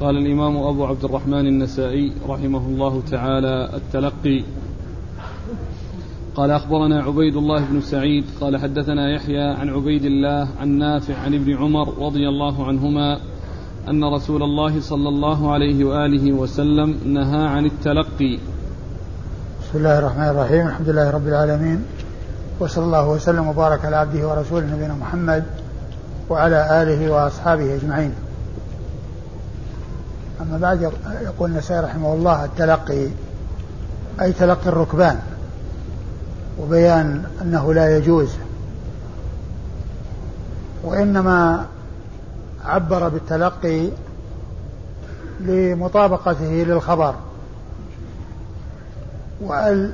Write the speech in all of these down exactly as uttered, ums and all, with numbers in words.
قال الإمام أبو عبد الرحمن النسائي رحمه الله تعالى: التلقي. قال أخبرنا عبيد الله بن سعيد قال حدثنا يحيى عن عبيد الله عن نافع عن ابن عمر رضي الله عنهما أن رسول الله صلى الله عليه وآله وسلم نهى عن التلقي. بسم الله الرحمن الرحيم. الحمد لله رب العالمين، وصلى الله وسلم وبارك على عبده ورسوله نبينا محمد وعلى آله وأصحابه أجمعين. أما بعد، يقول النسائي رحمه الله: التلقي أي تلقي الركبان، وبيان أنه لا يجوز، وإنما عبر بالتلقي لمطابقته للخبر، وال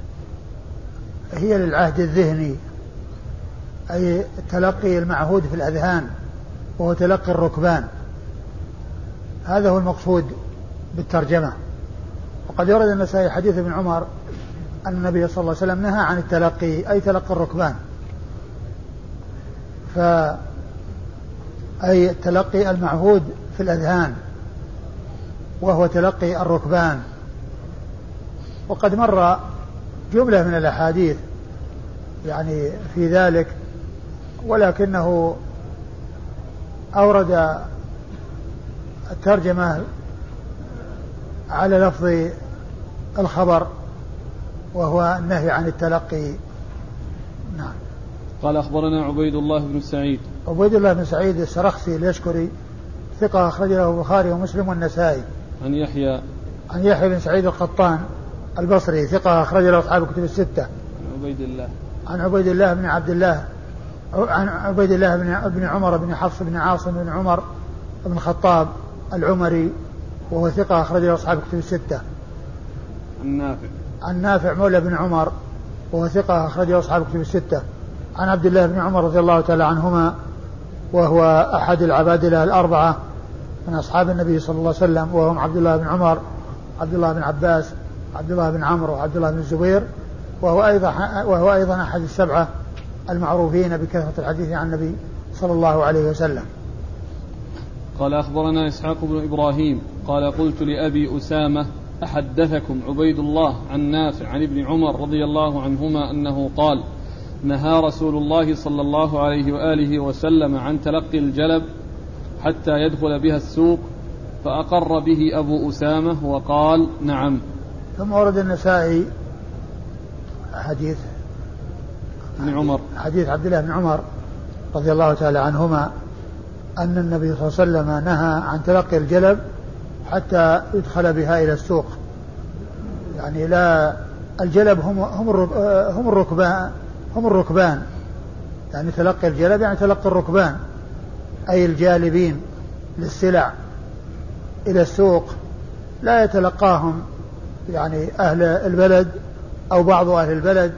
هي للعهد الذهني، أي التلقي المعهود في الأذهان، وهو تلقي الركبان. هذا هو المقصود بالترجمة. وقد يورد النسائي حديث ابن عمر أن النبي صلى الله عليه وسلم نهى عن التلقي أي تلقي الركبان، فأي التلقي المعهود في الأذهان وهو تلقي الركبان. وقد مر جملة من الأحاديث يعني في ذلك، ولكنه أورد الترجمة على لفظ الخبر وهو النهي عن التلقي. نعم. قال أخبرنا عبيد الله بن سعيد. عبيد الله بن سعيد السرخسي اليشكري ثقة أخرج له البخاري ومسلم والنسائي. عن يحيى عن يحيى بن سعيد القطان البصري ثقة أخرج له أصحاب الكتب الستة. عن عبيد الله عن عبيد الله بن عبد الله عن عبيد الله بن ابن عمر بن حفص بن عاصم بن عمر بن الخطاب العمري، وهو ثقة أخرج له أصحاب الكتب الستة. عن نافع عن نافع مولى بن عمر، وهو ثقة أخرج له أصحاب الكتب الستة. عن عبد الله بن عمر رضي الله تعالى عنهما، وهو أحد العبادلة الأربعة من أصحاب النبي صلى الله عليه وسلم، وهم عبد الله بن عمر، عبد الله بن عباس، عبد الله بن عمرو، وعبد الله بن الزبير، وهو أيضا وهو أيضا أحد السبعة المعروفين بكثرة الحديث عن النبي صلى الله عليه وسلم. قال أخبرنا إسحاق بن إبراهيم قال قلت لأبي أسامة: أحدثكم عبيد الله عن نافع عن ابن عمر رضي الله عنهما أنه قال: نهى رسول الله صلى الله عليه وآله وسلم عن تلقي الجلب حتى يدخل بها السوق، فأقر به أبو أسامة وقال: نعم. ثم ورد النسائي حديث ابن عمر حديث عبد الله بن عمر رضي الله تعالى عنهما أن النبي صلى الله عليه وسلم نهى عن تلقي الجلب حتى يدخل بها إلى السوق. يعني لا الجلب هم هم هم الركبان هم الركبان يعني تلقي الجلب يعني تلقي الركبان، أي الجالبين للسلع إلى السوق، لا يتلقاهم يعني أهل البلد أو بعض أهل البلد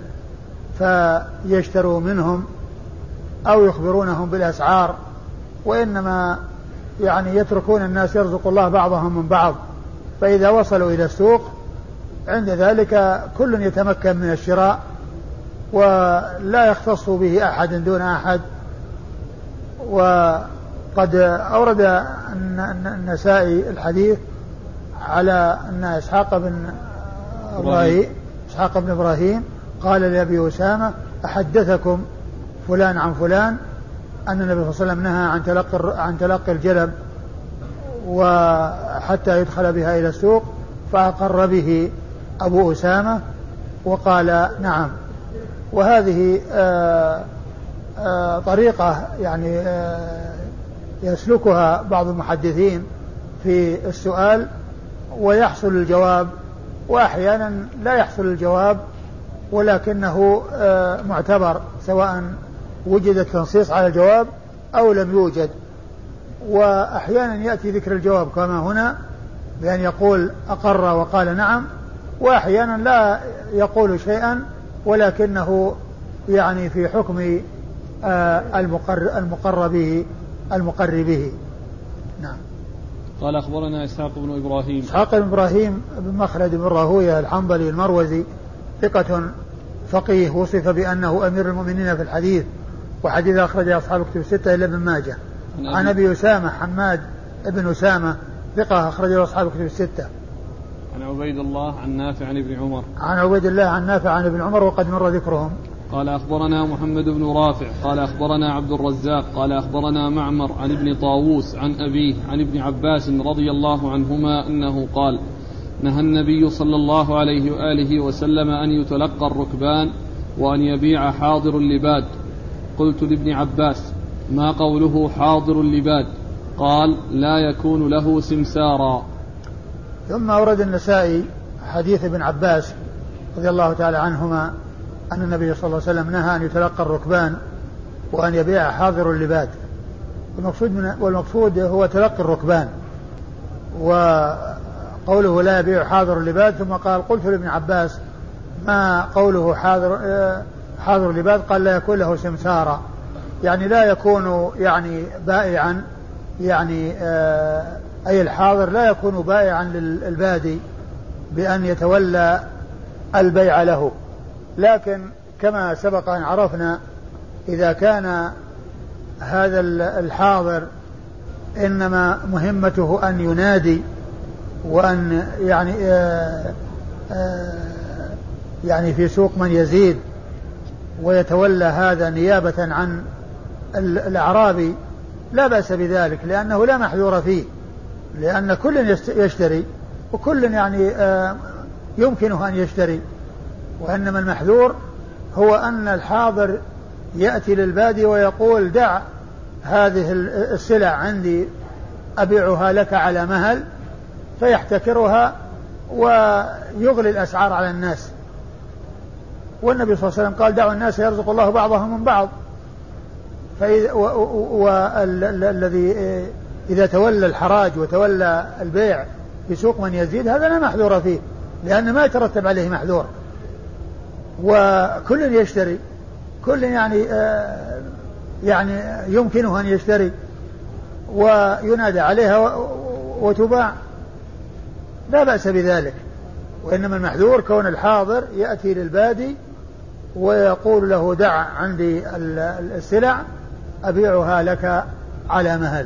فيشتروا منهم أو يخبرونهم بالأسعار، وإنما يعني يتركون الناس يرزق الله بعضهم من بعض، فإذا وصلوا إلى السوق عند ذلك كل يتمكن من الشراء ولا يختص به أحد دون أحد. وقد أورد النسائي الحديث على أن إسحاق بن إبراهيم إسحاق بن إبراهيم قال لأبي أسامة: أحدثكم فلان عن فلان أن النبي صلى الله عليه وسلم نهى عن تلقي عن تلقي الجلب وحتى يدخل بها إلى السوق، فأقر به أبو أسامة وقال: نعم. وهذه آآ آآ طريقة يعني يسلكها بعض المحدثين في السؤال ويحصل الجواب، وأحيانا لا يحصل الجواب ولكنه معتبر سواء وجد التنصيص على الجواب أو لم يوجد. وأحيانا يأتي ذكر الجواب كما هنا بأن يقول أقر وقال نعم، وأحيانا لا يقول شيئا ولكنه يعني في حكم المقر المقر به المقر به. نعم. قال أخبرنا إسحاق بن إبراهيم إسحاق بن إبراهيم بن مخلد بن راهويه الحنظلي المروزي ثقة فقيه، وصف بأنه أمير المؤمنين في الحديث، وحديث أخرج أصحاب الكتب الستة إلا ابن ماجه. عن أبي أسامة حماد بن أسامة ثقة أخرج له أصحاب الكتب الستة. عن عبيد الله عن نافع عن ابن عمر. عن عبيد الله عن نافع عن ابن عمر وقد مر ذكرهم. قال أخبرنا محمد بن رافع قال أخبرنا عبد الرزاق قال أخبرنا معمر عن ابن طاووس عن أبيه عن ابن عباس رضي الله عنهما أنه قال نهى النبي صلى الله عليه وآله وسلم أن يتلقى الركبان وأن يبيع حاضر اللباد. قلت لابن عباس ما قوله حاضر اللباد؟ قال لا يكون له سمسارا. ثم أورد النسائي حديث ابن عباس رضي الله تعالى عنهما أن النبي صلى الله عليه وسلم نهى أن يتلقى الركبان وأن يبيع حاضر اللباد. والمقصود, من والمقصود هو تلقي الركبان، وقوله لا يبيع حاضر اللباد. ثم قال قلت لابن عباس ما قوله حاضر حاضر اللباد؟ قال لا يكون له سمسارا، يعني لا يكون يعني بائعا، يعني أي الحاضر لا يكون بائعا للبادي بأن يتولى البيع له. لكن كما سبق أن عرفنا إذا كان هذا الحاضر إنما مهمته أن ينادي وأن يعني آآ آآ يعني في سوق من يزيد ويتولى هذا نيابة عن الأعرابي لا بأس بذلك، لأنه لا محذور فيه، لأن كل يشتري وكل يعني يمكنه أن يشتري. وإنما المحذور هو أن الحاضر يأتي للبادي ويقول دع هذه السلع عندي أبيعها لك على مهل، فيحتكرها ويغلي الأسعار على الناس. والنبي صلى الله عليه وسلم قال دعوا الناس يرزق الله بعضهم من بعض. والذي إذا تولى الحراج وتولى البيع في سوق من يزيد هذا لا محذور فيه، لأن ما يترتب عليه محذور، وكل يشتري، كل يعني آه يعني يمكنه أن يشتري وينادى عليها وتباع، لا بأس بذلك. وإنما المحذور كون الحاضر يأتي للبادي ويقول له دع عندي السلع أبيعها لك على مهل.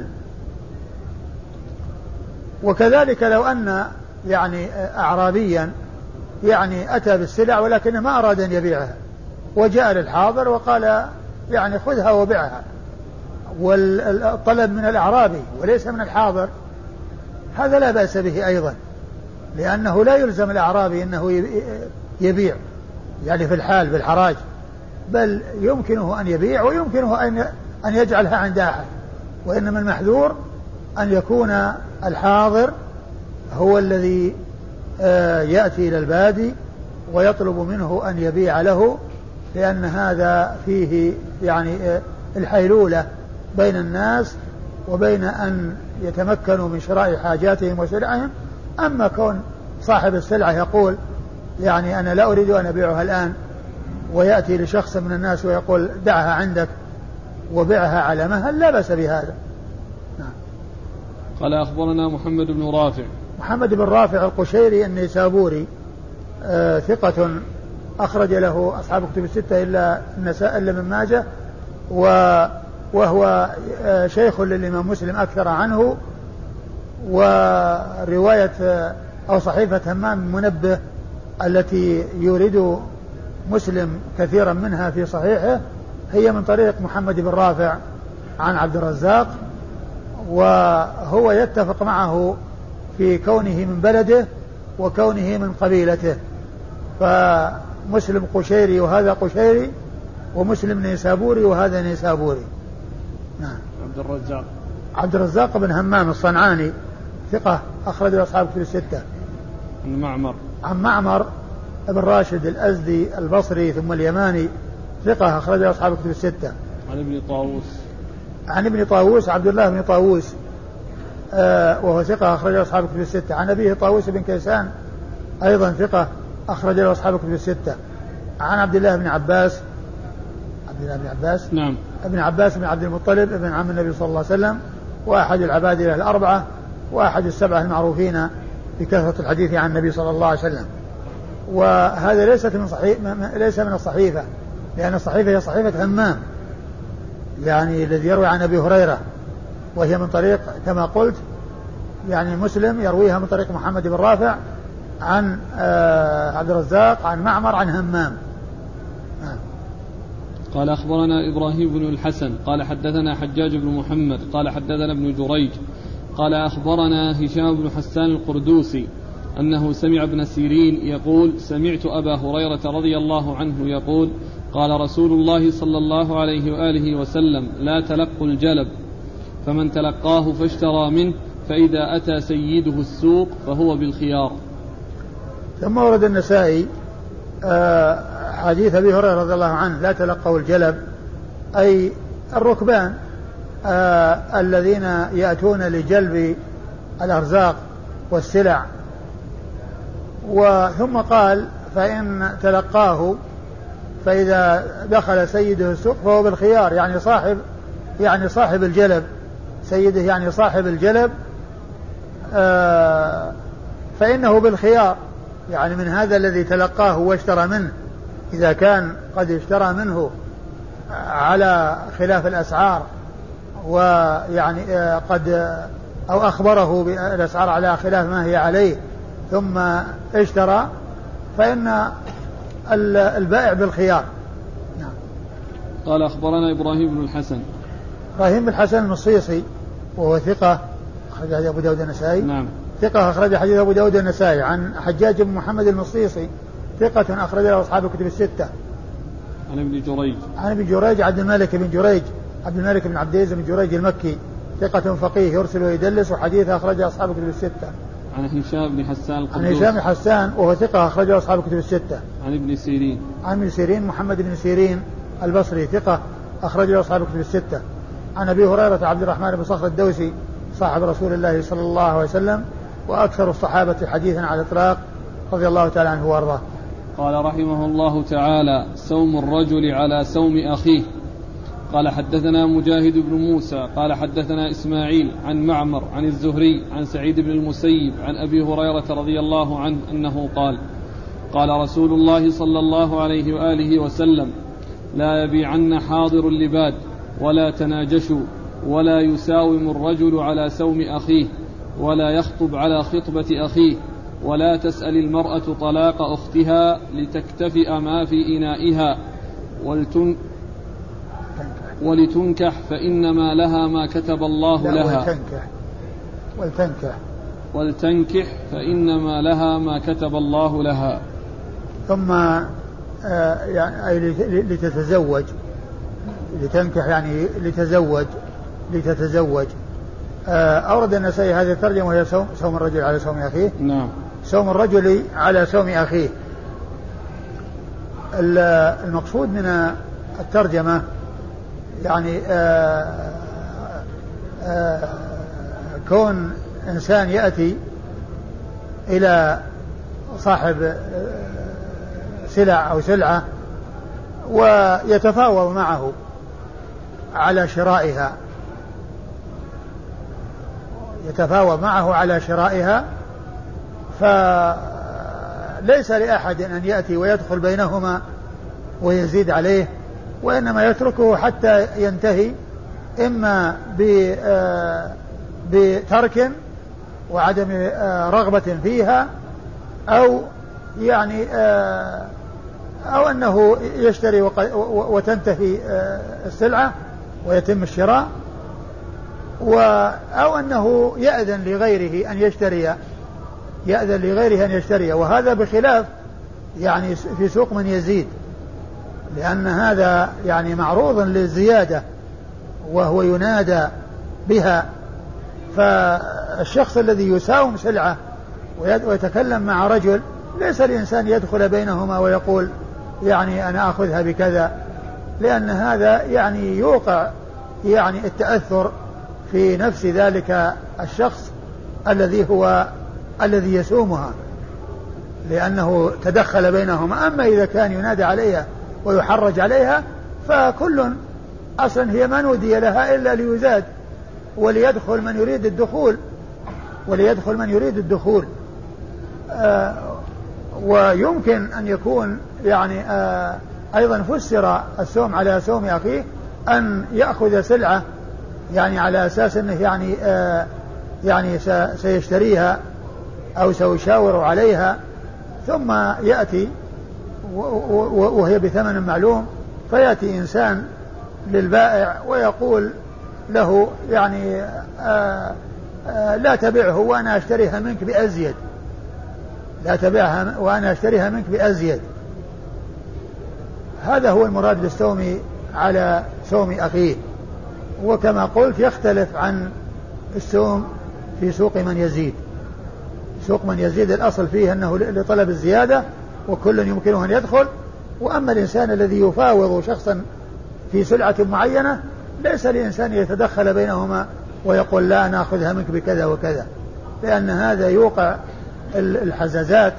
وكذلك لو أن يعني أعرابيا يعني أتى بالسلع ولكنه ما أراد أن يبيعها وجاء للحاضر وقال يعني خذها وبيعها، والطلب من الأعرابي وليس من الحاضر، هذا لا بأس به أيضا، لأنه لا يلزم الأعرابي أنه يبيع يعني في الحال بالحراج، بل يمكنه أن يبيع ويمكنه أن أن يجعلها عند أحد. وإنما المحذور أن يكون الحاضر هو الذي يأتي إلى البادي ويطلب منه أن يبيع له، لأن هذا فيه يعني الحيلولة بين الناس وبين أن يتمكنوا من شراء حاجاتهم وسلعهم. أما كون صاحب السلعة يقول يعني أنا لا أريد أن أبيعها الآن، ويأتي لشخص من الناس ويقول دعها عندك وبيعها على مهل، لا بأس بهذا. نعم. قال أخبرنا محمد بن رافع. محمد بن رافع القشيري النيسابوري آه ثقة أخرج له أصحاب كتب الستة إلا النساء إلا من ماجه، وهو آه شيخ للإمام مسلم أكثر عنه. ورواية آه أو صحيفة همام منبه التي يورد مسلم كثيرا منها في صحيحه هي من طريق محمد بن رافع عن عبد الرزاق، وهو يتفق معه في كونه من بلده وكونه من قبيلته، فمسلم قشيري وهذا قشيري، ومسلم نيسابوري وهذا نيسابوري. نعم. عبد الرزاق عبد الرزاق بن همام الصنعاني ثقة أخرج أصحاب كتب الستة. عن معمر عن معمر بن راشد الأزدي البصري ثم اليماني ثقة أخرج أصحاب كتب الستة. عن ابن طاووس عن ابن طاووس عبد الله بن طاووس آه وهو ثقة أخرج أصحاب كتب الستة. عن أبيه طاووس بن كيسان أيضا ثقة أخرج أصحاب كتب الستة. عن عبد الله بن عباس عبد الله بن عباس نعم ابن عباس بن عبد المطلب ابن عم النبي صلى الله عليه وسلم، وأحد العبادلة الأربعة، وأحد السبعة المعروفين بكثرة الحديث عن النبي صلى الله عليه وسلم. وهذا ليست من صحيح ليس من الصحيفة، لأن الصحيفة هي صحيفة همام يعني الذي يروي عن أبي هريرة، وهي من طريق كما قلت يعني مسلم يرويها من طريق محمد بن رافع عن عبد الرزاق عن معمر عن همام. قال أخبرنا إبراهيم بن الحسن قال حدثنا حجاج بن محمد قال حدثنا ابن جريج قال أخبرنا هشام بن حسان القردوسي أنه سمع ابن سيرين يقول سمعت أبا هريرة رضي الله عنه يقول قال رسول الله صلى الله عليه وآله وسلم لا تلقوا الجلب فمن تلقاه فاشترى منه فإذا أتى سيده السوق فهو بالخيار. ثم ورد النسائي حديث أبي هريرة رضي الله عنه لا تلقوا الجلب أي الركبان الذين يأتون لجلب الأرزاق والسلع. وثم قال فإن تلقاه فإذا دخل سيده السوق فهو بالخيار يعني صاحب يعني صاحب الجلب سيده يعني صاحب الجلب فإنه بالخيار يعني من هذا الذي تلقاه واشترى منه إذا كان قد اشترى منه على خلاف الأسعار ويعني قد أو أخبره بالأسعار على خلاف ما هي عليه ثم اشترى فإن البائع بالخيار. نعم. قال أخبرنا إبراهيم بن الحسن إبراهيم بن الحسن المصيصي وهو ثقة أخرج حديث أبو داود النسائي. نعم. ثقة أخرج حديث أبو داود النسائي عن حجاج بن محمد المصيصي ثقة أخرج له أصحاب الكتب الستة. عن ابن جريج عن ابن جريج عبد الملك بن جريج عبد الملك بن عبد العزيز بن جريج المكي ثقة فقيه يرسل ويدلس وحديث أخرجه أصحاب الكتب الستة. عن هشام بن حسان القردوسي عن هشام بن حسان وهو ثقة أخرجه أصحاب الكتب الستة. عن ابن سيرين عن ابن سيرين محمد بن سيرين البصري ثقة أخرجه أصحاب الكتب الستة. عن أبي هريرة عبد الرحمن بن صخر الدوسي صاحب رسول الله صلى الله عليه وسلم وأكثر الصحابة حديثا على الإطلاق رضي الله تعالى عنه وارضاه. قال رحمه الله تعالى سوم الرجل على سوم أخيه. قال حدثنا مجاهد بن موسى قال حدثنا إسماعيل عن معمر عن الزهري عن سعيد بن المسيب عن أبي هريرة رضي الله عنه أنه قال قال رسول الله صلى الله عليه وآله وسلم لا يبيعن حاضر اللباد ولا تناجشوا ولا يساوم الرجل على سوم أخيه ولا يخطب على خطبة أخيه ولا تسأل المرأة طلاق أختها لتكتفئ ما في إنائها ولتن ولتنكح فإنما لها ما كتب الله لها ولتنكح ولتنكح ولتنكح فإنما لها ما كتب الله لها. ثم آه يعني أي لتتزوج لتنكح يعني لتزوج لتتزوج. آه أورد النسائي هذه الترجمة وهي سوم, سوم الرجل على سوم أخيه. نعم. سوم الرجل على سوم أخيه. المقصود من الترجمة يعني آآ آآ كون إنسان يأتي إلى صاحب سلع أو سلعة ويتفاوض معه على شرائها يتفاوض معه على شرائها فليس لأحد أن يأتي ويدخل بينهما ويزيد عليه وإنما يتركه حتى ينتهي إما بترك وعدم رغبة فيها أو يعني أو أنه يشتري وتنتهي السلعة ويتم الشراء أو أنه يأذن لغيره أن يشتري يأذن لغيره أن يشتري وهذا بخلاف يعني في سوق من يزيد لأن هذا يعني معروض للزيادة وهو ينادى بها. فالشخص الذي يساوم سلعة ويتكلم مع رجل ليس الإنسان يدخل بينهما ويقول يعني أنا أخذها بكذا لأن هذا يعني يوقع يعني التأثر في نفس ذلك الشخص الذي هو الذي يسومها لأنه تدخل بينهما. أما إذا كان ينادى عليها ويحرج عليها فكل أصلا هي ما نودي لها إلا ليزاد وليدخل من يريد الدخول وليدخل من يريد الدخول آه ويمكن أن يكون يعني آه أيضا فسر السوم على سوم أخيه أن يأخذ سلعة يعني على أساس أنه يعني آه يعني سيشتريها أو سيشاور عليها، ثم يأتي وهي بثمن معلوم، فيأتي إنسان للبائع ويقول له يعني آآ آآ لا تبعه وأنا أشتريها منك بأزيد، لا تبعها وأنا أشتريها منك بأزيد. هذا هو المراد بالسوم على سوم أخيه. وكما قلت يختلف عن السوم في سوق من يزيد. سوق من يزيد الأصل فيه أنه لطلب الزيادة وكل يمكنه أن يدخل، وأما الإنسان الذي يفاوض شخصا في سلعة معينة ليس لإنسان يتدخل بينهما ويقول لا نأخذها منك بكذا وكذا، لأن هذا يوقع الحزازات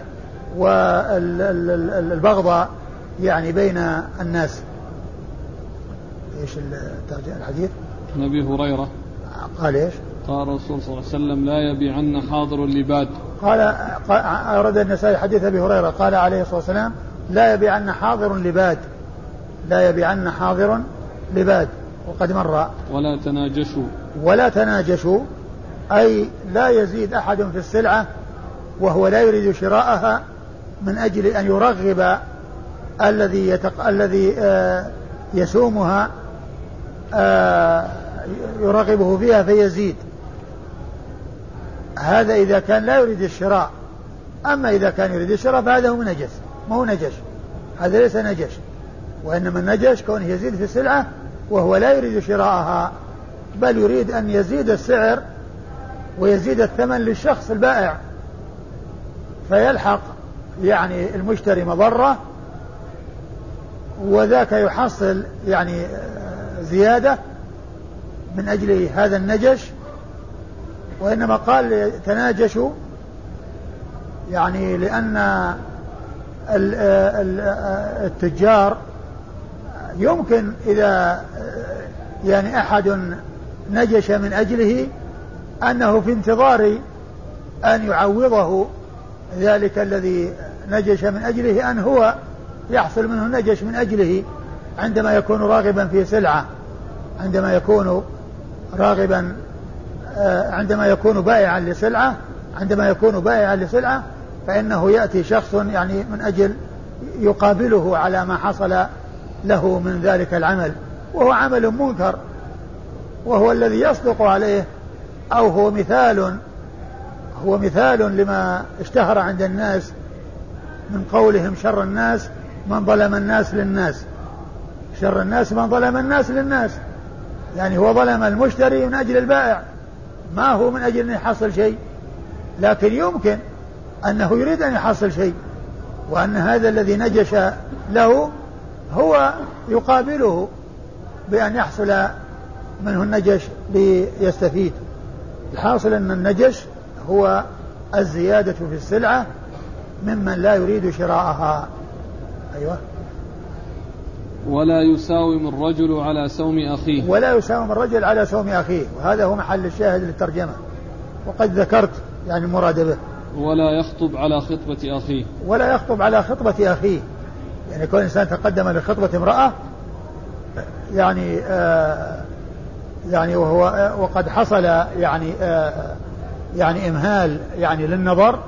والبغضاء يعني بين الناس. إيش الحديث؟ عن أبي هريرة قال إيش؟ قال الرسول صلى الله عليه وسلم لا يبيعن حاضر لباد. قال أورد النسائي حديث أبي هريرة قال عليه الصلاة والسلام لا يبيعن حاضر لباد، لا يبيعن حاضر لباد. وقد مر ولا تناجشوا، ولا تناجشوا أي لا يزيد أحد في السلعة وهو لا يريد شراءها من أجل أن يرغب الذي يتق... الذي آه يسومها آه يرغبه فيها فيزيد. هذا إذا كان لا يريد الشراء. أما إذا كان يريد الشراء فهذا هو نجس، ما هو نجش، هذا ليس نجش. وإنما النجش كونه يزيد في السلعة وهو لا يريد شراءها، بل يريد أن يزيد السعر ويزيد الثمن للشخص البائع، فيلحق يعني المشتري مضرة، وذاك يحصل يعني زيادة من أجل هذا النجش. وإنما قال تناجشوا يعني لأن التجار يمكن إذا يعني أحد نجش من أجله أنه في انتظار أن يعوضه ذلك الذي نجش من أجله أن هو يحصل منه النجش من أجله عندما يكون راغبا في سلعة، عندما يكون راغبا عندما يكون بائعا لسلعة عندما يكون بائعا لسلعة فإنه يأتي شخص يعني من أجل يقابله على ما حصل له من ذلك العمل، وهو عمل منكر، وهو الذي يصدق عليه أو هو مثال هو مثال لما اشتهر عند الناس من قولهم شر الناس من ظلم الناس للناس. شر الناس من ظلم الناس للناس، يعني هو ظلم المشتري من أجل البائع، ما هو من أجل أن يحصل شيء، لكن يمكن أنه يريد أن يحصل شيء، وأن هذا الذي نجش له هو يقابله بأن يحصل منه النجش ليستفيد. الحاصل أن النجش هو الزيادة في السلعة ممن لا يريد شراءها. أيوة. ولا يساوم الرجل على سوم أخيه، ولا يساوم الرجل على سوم أخيه، وهذا هو محل الشاهد للترجمة، وقد ذكرت يعني المراد به. ولا يخطب على خطبة أخيه، ولا يخطب على خطبة أخيه، يعني كل إنسان تقدم لخطبة امرأة يعني آه يعني وهو وقد حصل يعني آه يعني إمهال يعني للنظر،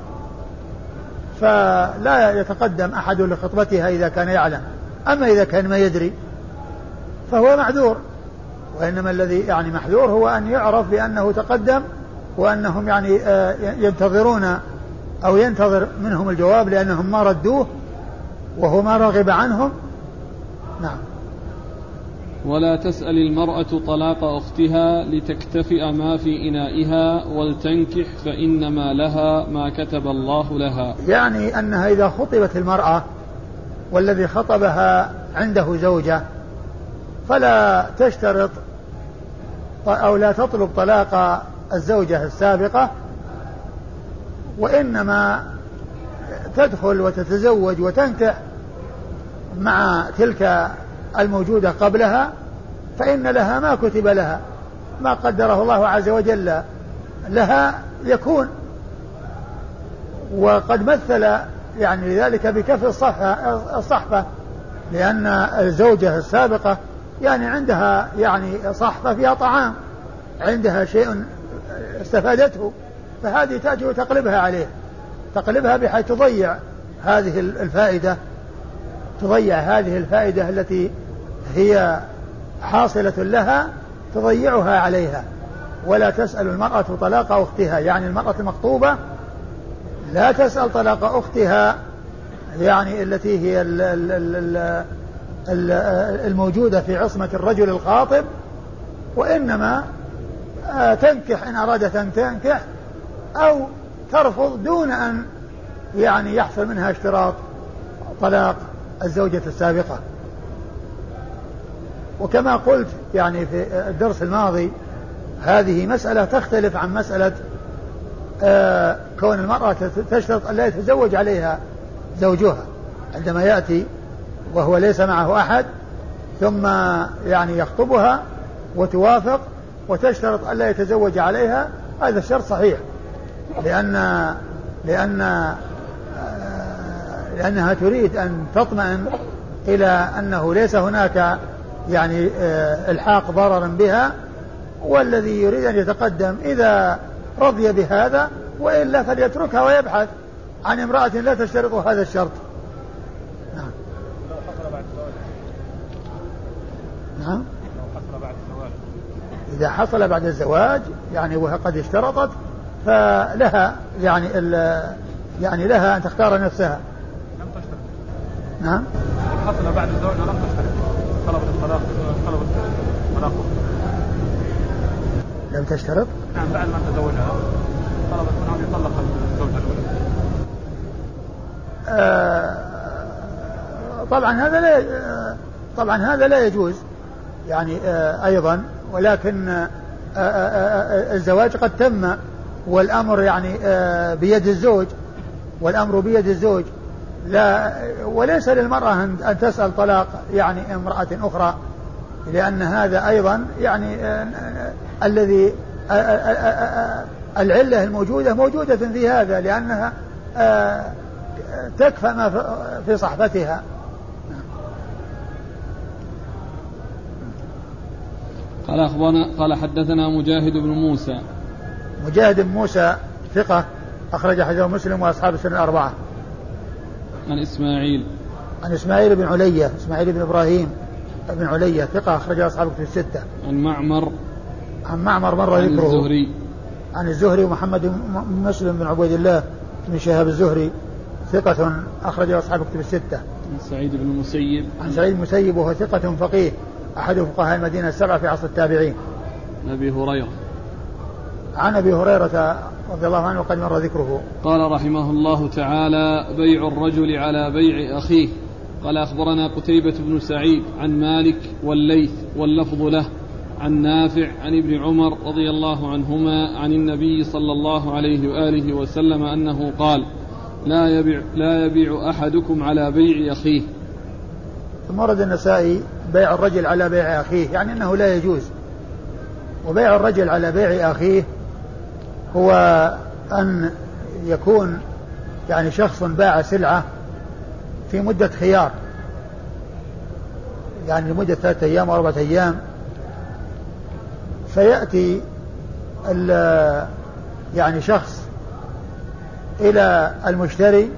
فلا يتقدم أحد لخطبتها إذا كان يعلم. أما إذا كان ما يدري فهو معذور، وإنما الذي يعني محذور هو أن يعرف بأنه تقدم وأنهم يعني ينتظرون أو ينتظر منهم الجواب لأنهم ما ردوه وهو ما رغب عنهم. نعم. ولا تسأل المرأة طلاق أختها لتكتفئ ما في إنائها ولتنكح فإنما لها ما كتب الله لها، يعني أنها إذا خطبت المرأة والذي خطبها عنده زوجة فلا تشترط أو لا تطلب طلاق الزوجة السابقة، وإنما تدخل وتتزوج وتنكح مع تلك الموجودة قبلها، فإن لها ما كتب لها، ما قدره الله عز وجل لها يكون. وقد مثل يعني لذلك بكف الصحفة، لأن الزوجة السابقة يعني عندها يعني صحفة فيها طعام، عندها شيء استفادته، فهذه تأتي وتقلبها عليه، تقلبها بحيث تضيع هذه الفائدة، تضيع هذه الفائدة التي هي حاصلة لها، تضيعها عليها. ولا تسأل المرأة طلاق أختها، يعني المرأة المخطوبة لا تسأل طلاق أختها، يعني التي هي الموجودة في عصمة الرجل الخاطب، وإنما تنكح إن أرادت أن تنكح، أو ترفض دون أن يعني يحصل منها اشتراط طلاق الزوجة السابقة. وكما قلت يعني في الدرس الماضي، هذه مسألة تختلف عن مسألة آه كون المرأة تشترط أن لا يتزوج عليها زوجها عندما يأتي وهو ليس معه أحد، ثم يعني يخطبها وتوافق وتشترط أن لا يتزوج عليها، هذا الشرط صحيح، لأن لأن آه لأنها تريد أن تطمئن إلى أنه ليس هناك يعني آه الحاق ضرر بها، والذي يريد أن يتقدم إذا رضي بهذا، وإلا فليتركها ويبحث عن امرأة لا تشترط هذا الشرط. نعم. لو حصل بعد الزواج. نعم. لو حصل بعد الزواج. إذا حصل بعد الزواج يعني وهي قد اشترطت، فلها يعني يعني لها أن تختار نفسها. لم تشترط. نعم. لو حصل بعد الزواج لم تشترط. طلبت الطلاق طلبت طلاق. لم تشترط؟ نعم، بعد ما تزوجها طلبت منه أن يطلق الزوجة الأولى. آه طبعا هذا لا طبعا هذا لا يجوز يعني آه أيضا، ولكن آه آه الزواج قد تم، والأمر يعني آه بيد الزوج، والأمر بيد الزوج، لا وليس للمرأة أن تسأل طلاق يعني امرأة أخرى، لأن هذا أيضا يعني آه الذي آه آه آه العلة الموجودة موجودة في هذا، لأنها آه تكفى ما في صحبتها. قال أخبرنا قال حدثنا مجاهد بن موسى. مجاهد بن موسى ثقة، أخرج حديثه مسلم وأصحاب السنن الأربعة. عن إسماعيل عن إسماعيل بن علية إسماعيل بن إبراهيم بن علية ثقة، أخرج أصحاب الكتب الستة. عن معمر عن معمر مرة عن ذكره. الزهري عن الزهري ومحمد بن مسلم بن عبيد الله بن شهاب الزهري ثقة، أخرج أصحاب الكتب الستة. عن سعيد بن المسيب عن سعيد المسيب وهو ثقة فقيه، أحد فقهاء المدينة السبعة في عصر التابعين. أبي هريرة عن أبي هريرة رضي الله عنه وقد مر ذكره. قال رحمه الله تعالى: بيع الرجل على بيع أخيه. قال أخبرنا قتيبة بن سعيد عن مالك والليث واللفظ له عن نافع عن ابن عمر رضي الله عنهما عن النبي صلى الله عليه وآله وسلم أنه قال: لا يبيع, لا يبيع أحدكم على بيع أخيه. ثم ورد النسائي بيع الرجل على بيع أخيه، يعني أنه لا يجوز. وبيع الرجل على بيع أخيه هو أن يكون يعني شخص باع سلعة في مدة خيار، يعني لمدة ثلاثة أيام أو أربعة أيام، فيأتي يعني شخص إلى المشتري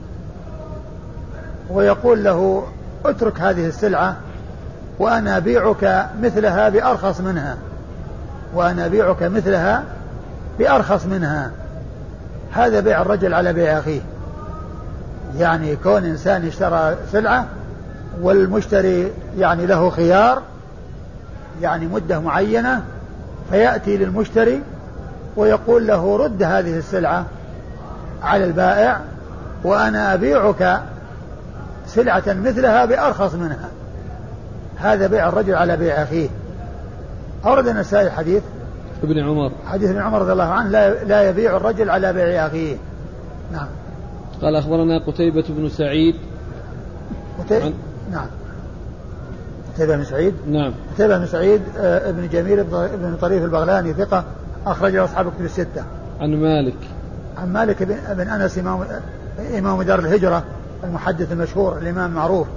ويقول له: اترك هذه السلعة وأنا أبيعك مثلها بأرخص منها وأنا أبيعك مثلها بأرخص منها. هذا بيع الرجل على بيع أخيه، يعني كون إنسان اشترى سلعة والمشتري يعني له خيار، يعني مدة معينة، فيأتي للمشتري ويقول له: رد هذه السلعة على البائع وأنا أبيعك سلعة مثلها بأرخص منها. هذا بيع الرجل على بيع أخيه. أورد النسائي حديث ابن عمر حديث ابن عمر رضي الله عنه: لا, لا يبيع الرجل على بيع أخيه. نعم. قال أخبرنا قتيبة بن سعيد قتيبة عن... نعم قتيبة بن سعيد نعم قتيبة بن سعيد آه ابن جميل بن طريف البغلاني ثقة، أخرج أصحاب الكتب الستة. عن مالك عن مالك بن, بن أنس إمام, إمام دار الهجرة المحدث المشهور الإمام المعروف.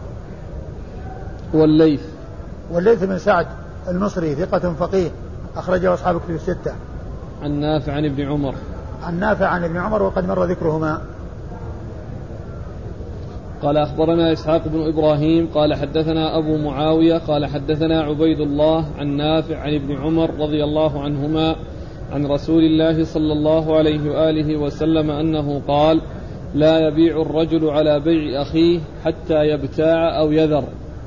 والليث والليث بن سعد المصري ثقة فقيه، أخرجه أصحاب الكتب الستة. عن نافع عن ابن عمر. عن نافع عن ابن عمر وقد مر ذكرهما. قال أخبرنا إسحاق بن إبراهيم قال حدثنا أبو معاوية قال حدثنا عبيد الله عن نافع عن ابن عمر رضي الله عنهما عن رسول الله صلى الله عليه وآله وسلم أنه قال: لا يبيع الرجل على بيع أخيه حتى يبتاع أو يذر.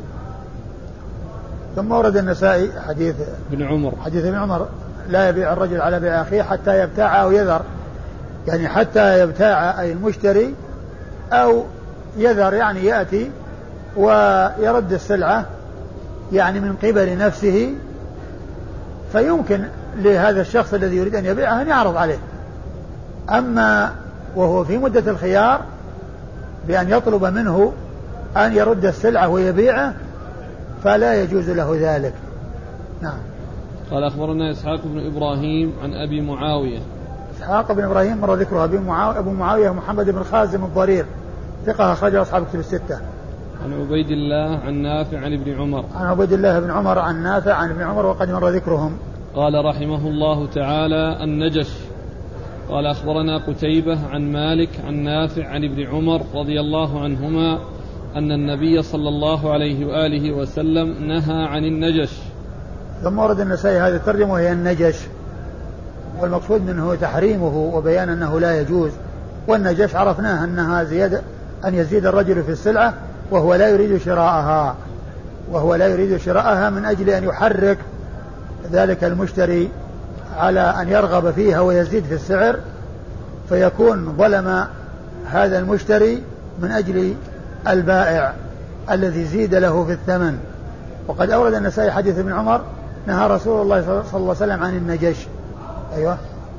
ثم ورد النسائي حديث ابن عمر حديث ابن عمر: لا يبيع الرجل على بيع أخيه حتى يبتاع أو يذر، يعني حتى يبتاع أي المشتري أو يذر يعني يأتي ويرد السلعة يعني من قبل نفسه، فيمكن لهذا الشخص الذي يريد أن يبيعها أن يعرض عليه. أما وهو في مدة الخيار بأن يطلب منه أن يرد السلعة ويبيعه فلا يجوز له ذلك. نعم. قال أخبرنا إسحاق بن إبراهيم عن أبي معاوية. إسحاق بن إبراهيم مر ذكره. أبو معاوية محمد بن خازم الضرير ثقة أخرجه أصحاب الكتب الستة. عن عبيد الله عن نافع عن ابن عمر. عن عبيد الله بن عمر عن نافع عن ابن عمر وقد مر ذكرهم. قال رحمه الله تعالى: النجش. قال أخبرنا قتيبة عن مالك عن نافع عن ابن عمر رضي الله عنهما أن النبي صلى الله عليه وآله وسلم نهى عن النجش. ثم ورد النسائي هذه الترجمة وهي النجش، والمقصود منه تحريمه وبيان أنه لا يجوز. والنجش عرفناه أنها زيادة، أن يزيد الرجل في السلعة وهو لا يريد شراءها وهو لا يريد شراءها من أجل أن يحرك ذلك المشتري على أن يرغب فيها ويزيد في السعر، فيكون ظلم هذا المشتري من أجل البائع الذي زيد له في الثمن. وقد أورد النسائي حديث ابن عمر: نهى رسول الله صلى الله عليه وسلم عن النجش. أيوة.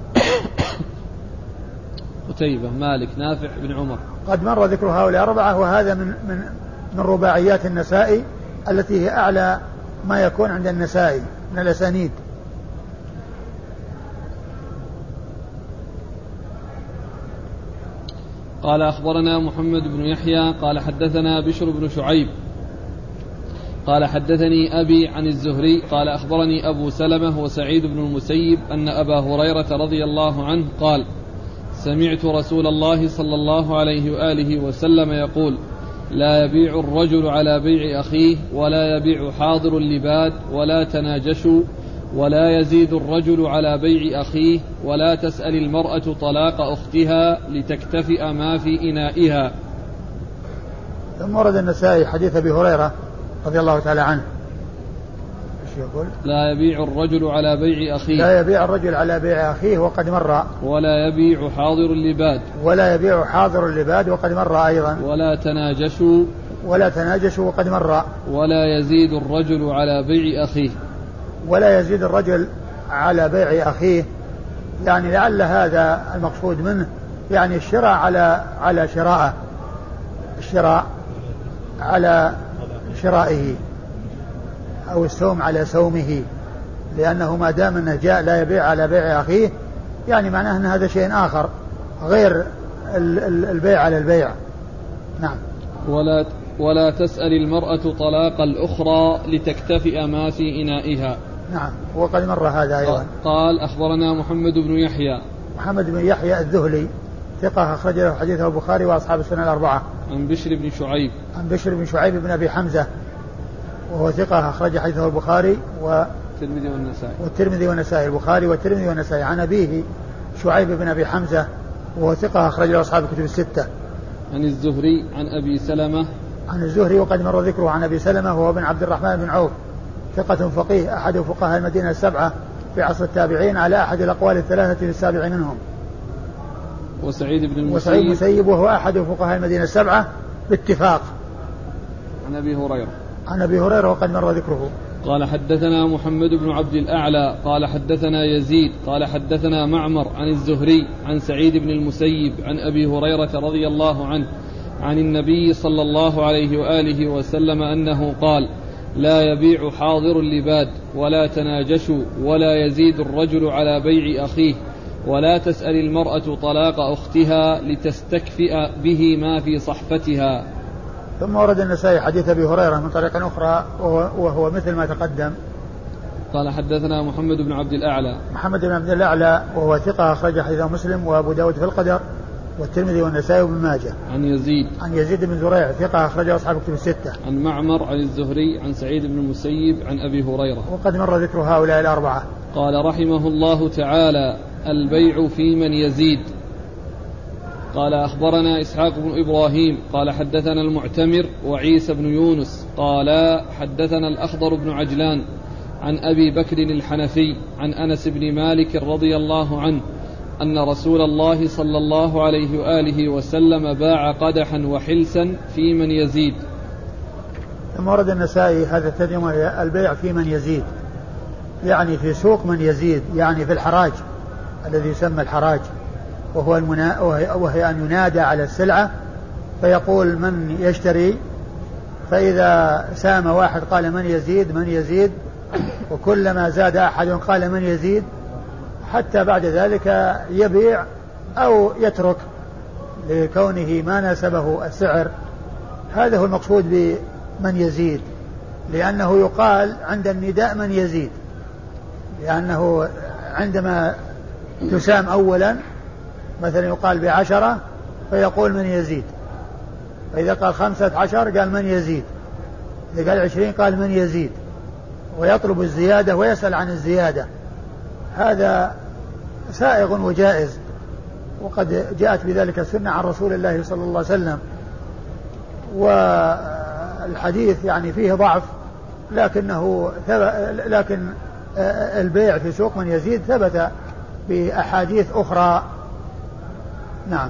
قتيبة مالك نافع بن عمر. قد مر ذكر هؤلاء أربعة، وهذا من من من رباعيات النسائي التي هي أعلى ما يكون عند النسائي من الأسانيد. قال أخبرنا محمد بن يحيى قال حدثنا بشر بن شعيب قال حدثني أبي عن الزهري قال أخبرني أبو سلمة وسعيد بن المسيب أن أبا هريرة رضي الله عنه قال: سمعت رسول الله صلى الله عليه وآله وسلم يقول: لا يبيع الرجل على بيع أخيه ولا يبيع حاضر اللباد ولا تناجشوا ولا يزيد الرجل على بيع أخيه ولا تسأل المرأة طلاق أختها لتكتفئ ما في إنائها. ثم ورد النسائي حديث أبي هريرة رضي الله تعالى عنه. ايش يقول؟ لا يبيع الرجل على بيع أخيه لا يبيع الرجل على بيع أخيه وقد مر. ولا يبيع حاضر اللباد ولا يبيع حاضر اللباد وقد مر أيضا. ولا تناجشوا ولا تناجشوا وقد مر. ولا يزيد الرجل على بيع أخيه ولا يزيد الرجل على بيع أخيه، يعني لعل هذا المقصود منه يعني الشراء على على شراءه، الشراء على شرائه أو السوم على سومه، لأنه ما دام أنه جاء لا يبيع على بيع أخيه يعني معناه أن هذا شيء آخر غير البيع على البيع. نعم. ولا ولا تسأل المرأة طلاق الأخرى لتكتفئ ما في إنائها. نعم. وقد مر هذا أيضا. قال أخبرنا محمد بن يحيى. محمد بن يحيى الذهلي ثقة أخرج له حديثه البخاري وأصحاب السنة الأربعة. عن بشر بن شعيب. عن بشر بن شعيب بن أبي حمزة وهو ثقة أخرج حديثه البخاري والترمذي والنسائي. والترمذي والنسائي البخاري والترمذي والنسائي. عن أبيه شعيب بن أبي حمزة وهو ثقة أخرج له أصحاب الكتب الستة. عن الزهري عن أبي سلمة. عن الزهري وقد مر ذكره. عن أبي سلمة وهو بن عبد الرحمن بن عوف ثقة فقيه أحد فقهاء المدينة السبعة في عصر التابعين على أحد الأقوال الثلاثة للسابع منهم. وسعيد بن المسيب. وسعيد المسيب وهو أحد فقهاء المدينة السبعة باتفاق. عن أبي هريرة. عن أبي هريرة وقد مر ذكره. قال حدثنا محمد بن عبد الأعلى قال حدثنا يزيد قال حدثنا معمر عن الزهري عن سعيد بن المسيب عن أبي هريرة رضي الله عنه عن النبي صلى الله عليه وآله وسلم أنه قال: لا يبيع حاضر اللباد ولا تناجشوا ولا يزيد الرجل على بيع أخيه ولا تسأل المرأة طلاق أختها لتستكفئ به ما في صحفتها. ثم ورد النسائي حديث أبي هريرة من طريق أخرى وهو مثل ما تقدم قال حدثنا محمد بن عبد الأعلى. محمد بن عبد الأعلى وهو ثقة أخرج حديثه مسلم وأبو داود في القدر والترمذي والنسائي وابن ماجه. عن يزيد عن يزيد بن زريع ثقة أخرجه أصحاب الكتب الستة. عن معمر عن الزهري عن سعيد بن المسيب عن أبي هريرة. وقد مر ذكر هؤلاء الأربعة. قال رحمه الله تعالى: البيع في من يزيد. قال أخبرنا إسحاق بن إبراهيم قال حدثنا المعتمر وعيسى بن يونس قال حدثنا الأخضر بن عجلان عن أبي بكر الحنفي عن أنس بن مالك رضي الله عنه أن رسول الله صلى الله عليه وآله وسلم باع قدحا وحلسا في من يزيد. ثم ورد النسائي هذا الترجمة: البيع في من يزيد، يعني في سوق من يزيد، يعني في الحراج الذي يسمى الحراج، وهو, المنا... وهي أن ينادى على السلعة فيقول من يشتري، فإذا سام واحد قال من يزيد من يزيد، وكلما زاد أحد قال من يزيد، حتى بعد ذلك يبيع أو يترك لكونه ما ناسبه السعر. هذا هو المقصود بمن يزيد، لأنه يقال عند النداء من يزيد، لأنه عندما تسام أولا مثلا يقال بعشرة فيقول من يزيد، فإذا قال خمسة عشر قال من يزيد، إذا قال عشرين قال من يزيد، ويطلب الزيادة ويسأل عن الزيادة. هذا سائغ وجائز، وقد جاءت بذلك السنة عن رسول الله صلى الله عليه وسلم، والحديث يعني فيه ضعف، لكنه لكن البيع في سوق من يزيد ثبت بأحاديث أخرى. نعم.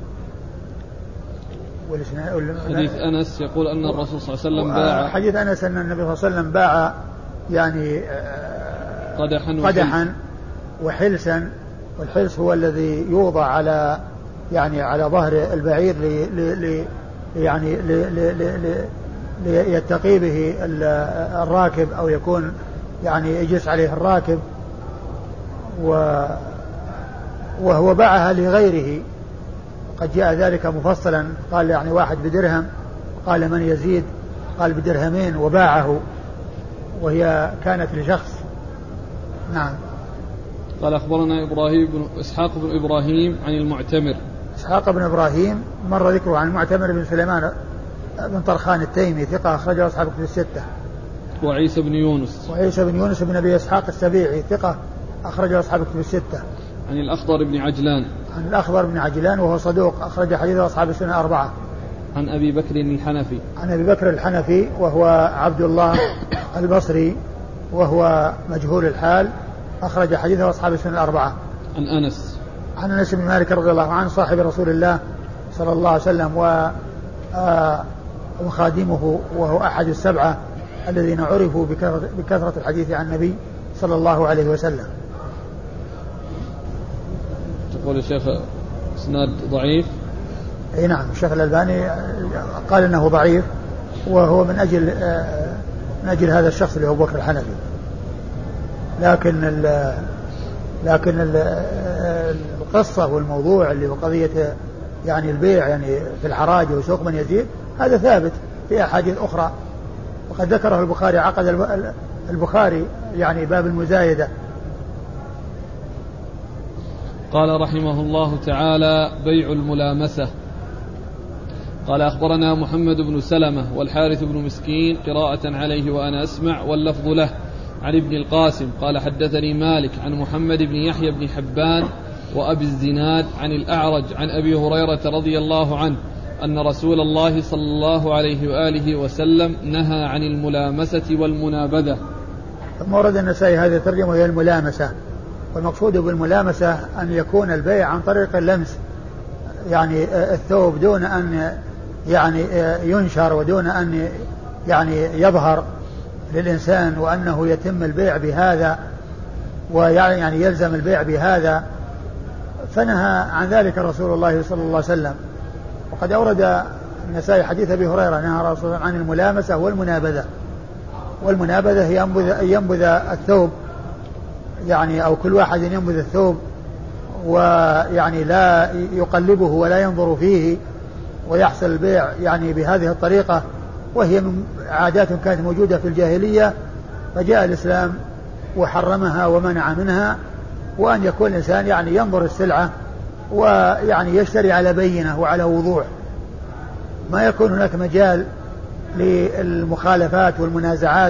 حديث أنس يقول أن الرسول صلى الله عليه وسلم باع، حديث أنس أن النبي صلى الله عليه وسلم باع يعني قدحا, قدحا وحلسا. والحلس هو الذي يوضع على يعني على ظهر البعير لي لي يعني ليتقي به الراكب أو يكون يعني يجلس عليه الراكب، وهو باعها لغيره. قد جاء ذلك مفصلا، قال يعني واحد بدرهم، قال من يزيد قال بدرهمين وباعه، وهي كانت لشخص. نعم. قال أخبرنا إبراهيم بن إسحاق بن إبراهيم عن المعتمر. إسحاق بن إبراهيم مر ذكره عن المعتمر بن سليمان بن طرخان التيمي ثقة أخرجه أصحاب الكتب الستة. وعيسى بن يونس وعيسى بن يونس بن أبي إسحاق السبيعي ثقة أخرجه أصحاب الكتب الستة. عن الأخضر بن عجلان عن الأخضر بن عجلان وهو صدوق أخرج حديثه أصحاب السنة أربعة. عن أبي بكر الحنفي عن أبي بكر الحنفي وهو عبد الله البصري وهو مجهول الحال، أخرج حديثه أصحاب السنة الأربعة. عن أنس عن أنس بن مالك رضي الله عنه صاحب رسول الله صلى الله عليه وسلم و وخادمه، وهو أحد السبعة الذين عرفوا بكثرة الحديث عن النبي صلى الله عليه وسلم. تقول الشيخ اسناد ضعيف؟ اي نعم، الشيخ الألباني قال انه ضعيف، وهو من اجل من اجل هذا الشخص اللي هو بكر الحنفي، لكن ال لكن ال القصة والموضوع اللي هو قضية يعني البيع يعني في الحراج وسوق من يزيد هذا ثابت في أحاديث أخرى، وقد ذكره البخاري، عقد البخاري يعني باب المزايدة. قال رحمه الله تعالى: بيع الملامسة. قال أخبرنا محمد بن سلمة والحارث بن مسكين قراءة عليه وأنا أسمع واللفظ له، عن ابن القاسم قال حدثني مالك عن محمد بن يحيى بن حبان وأبي الزناد عن الأعرج عن أبي هريرة رضي الله عنه أن رسول الله صلى الله عليه وآله وسلم نهى عن الملامسة والمنابذة. ثم ورد النسائي هذه الترجمة وهي الملامسة، والمقصود بالملامسة أن يكون البيع عن طريق اللمس، يعني الثوب دون أن يعني ينشر ودون أن يعني يظهر للإنسان وأنه يتم البيع بهذا ويعني يلزم البيع بهذا، فنهى عن ذلك رسول الله صلى الله عليه وسلم. وقد أورد النسائي حديث أبي هريرة نهى رسول الله عن الملامسة والمنابذة. والمنابذة هي أن ينبذ الثوب، يعني أو كل واحد ينبذ الثوب ويعني لا يقلبه ولا ينظر فيه ويحصل البيع يعني بهذه الطريقة، وهي من عادات كانت موجودة في الجاهلية، فجاء الإسلام وحرمها ومنع منها، وأن يكون الإنسان يعني ينظر السلعة ويعني يشتري على بينة وعلى وضوح، ما يكون هناك مجال للمخالفات والمنازعات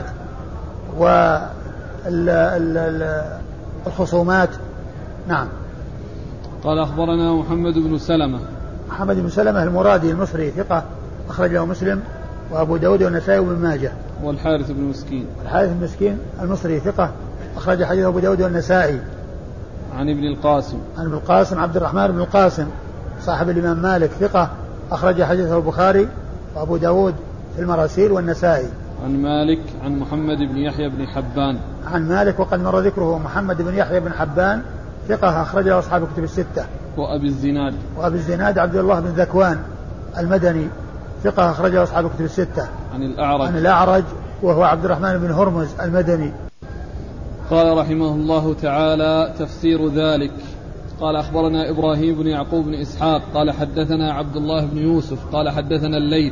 والخصومات. نعم. قال أخبرنا محمد بن سلمة. محمد بن سلمة المرادي المصري ثقة أخرج له مسلم وأبو داود والنسائي وابن ماجه. والحارث بن مسكين. الحارث بن مسكين المصري ثقة أخرج حديث أبو داود والنسائي. عن ابن القاسم. عن ابن القاسم عبد الرحمن بن القاسم صاحب الإمام مالك ثقة أخرج حديثه البخاري وأبو داود في المراسيل والنسائي. عن مالك عن محمد بن يحيى بن حبان. عن مالك وقد مر ذكره. محمد بن يحيى بن حبان ثقة أخرج له أصحاب الكتب الستة. وأبي الزناد. وأبي الزناد عبد الله بن ذكوان المدني ثقة أخرج له أصحاب الكتب الستة. عن الأعرج. عن الأعرج وهو عبد الرحمن بن هرمز المدني. قال رحمه الله تعالى: تفسير ذلك. قال أخبرنا إبراهيم بن يعقوب بن إسحاق قال حدثنا عبد الله بن يوسف قال حدثنا الليث